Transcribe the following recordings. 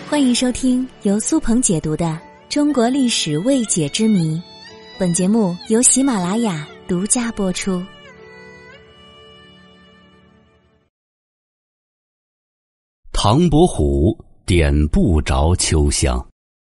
欢迎收听由苏鹏解读的《中国历史未解之谜》，本节目由喜马拉雅独家播出。 唐伯虎点不着秋香。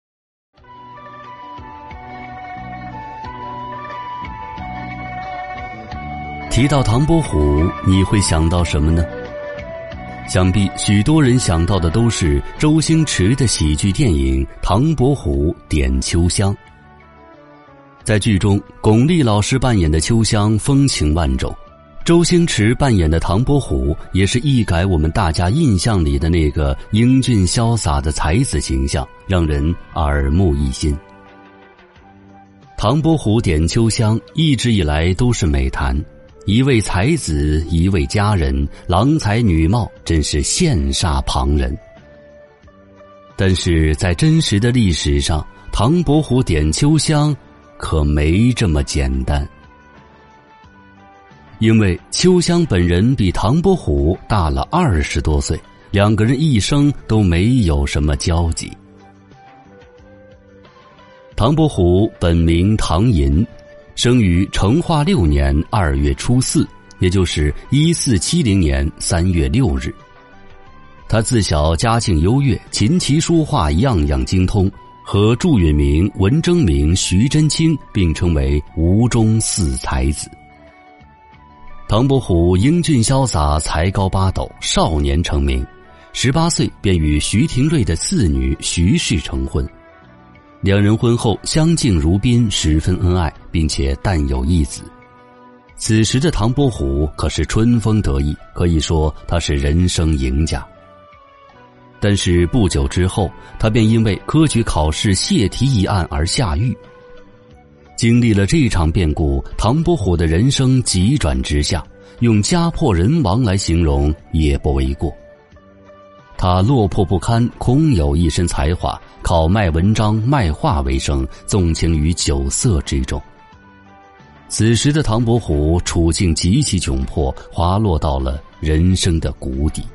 提到唐伯虎，你会想到什么呢？想必许多人想到的都是周星驰的喜剧电影《唐伯虎点秋香》。在剧中，巩俐老师扮演的秋香风情万种，周星驰扮演的唐伯虎也是一改我们大家印象里的那个英俊潇洒的才子形象，让人耳目一新。唐伯虎点秋香一直以来都是美谈，一位才子，一位佳人，郎才女貌，真是羡煞旁人。但是在真实的历史上，唐伯虎点秋香可没这么简单。因为秋香本人比唐伯虎大了20多岁，两个人一生都没有什么交集。唐伯虎本名唐寅，生于成化6年2月初4，也就是1470年3月6日。他自小家境优越，琴棋书画样样精通，和祝允明、文征明、徐祯卿并称为吴中4才子。唐伯虎英俊潇洒，才高八斗，少年成名，18岁便与徐廷瑞的次女徐氏成婚。两人婚后相敬如宾，十分恩爱，并且诞有一子。此时的唐伯虎可是春风得意，可以说他是人生赢家。但是不久之后，他便因为科举考试泄题一案而下狱。经历了这场变故，唐伯虎的人生急转直下，用家破人亡来形容也不为过。他落魄不堪，空有一身才华，靠卖文章卖画为生，纵情于酒色之中。此时的唐伯虎处境极其窘迫，滑落到了人生的谷底。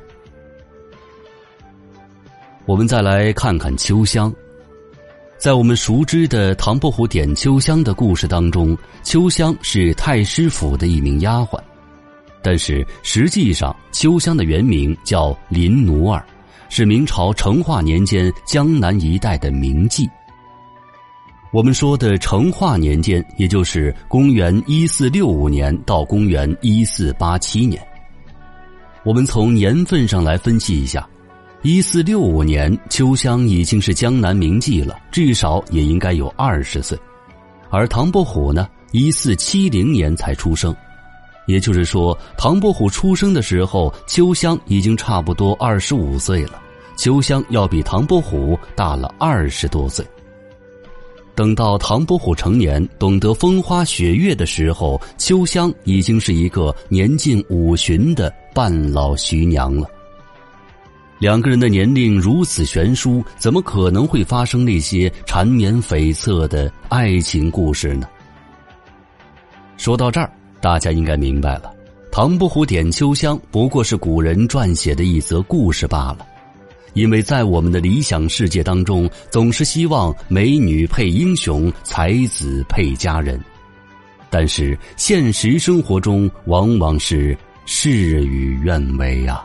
我们再来看看秋香。在我们熟知的唐伯虎点秋香的故事当中，秋香是太师府的一名丫鬟，但是实际上秋香的原名叫林奴儿，是明朝成化年间江南一带的名妓。我们说的成化年间，也就是公元1465年到公元1487年。我们从年份上来分析一下，1465年秋香已经是江南名妓了，至少也应该有20岁。而唐伯虎呢，1470年才出生，也就是说唐伯虎出生的时候，秋香已经差不多25岁了，秋香要比唐伯虎大了20多岁。等到唐伯虎成年，懂得风花雪月的时候，秋香已经是一个年近50的半老徐娘了。两个人的年龄如此悬殊，怎么可能会发生那些缠绵悱恻的爱情故事呢？说到这儿，大家应该明白了，唐伯虎点秋香不过是古人撰写的一则故事罢了。因为在我们的理想世界当中，总是希望美女配英雄，才子配佳人，但是现实生活中往往是事与愿违啊。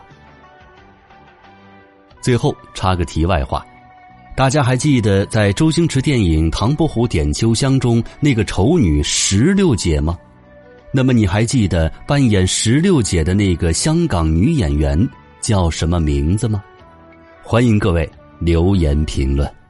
最后插个题外话，大家还记得在周星驰电影《唐伯虎点秋香》中那个丑女16姐吗？那么你还记得扮演16姐的那个香港女演员叫什么名字吗？欢迎各位留言评论。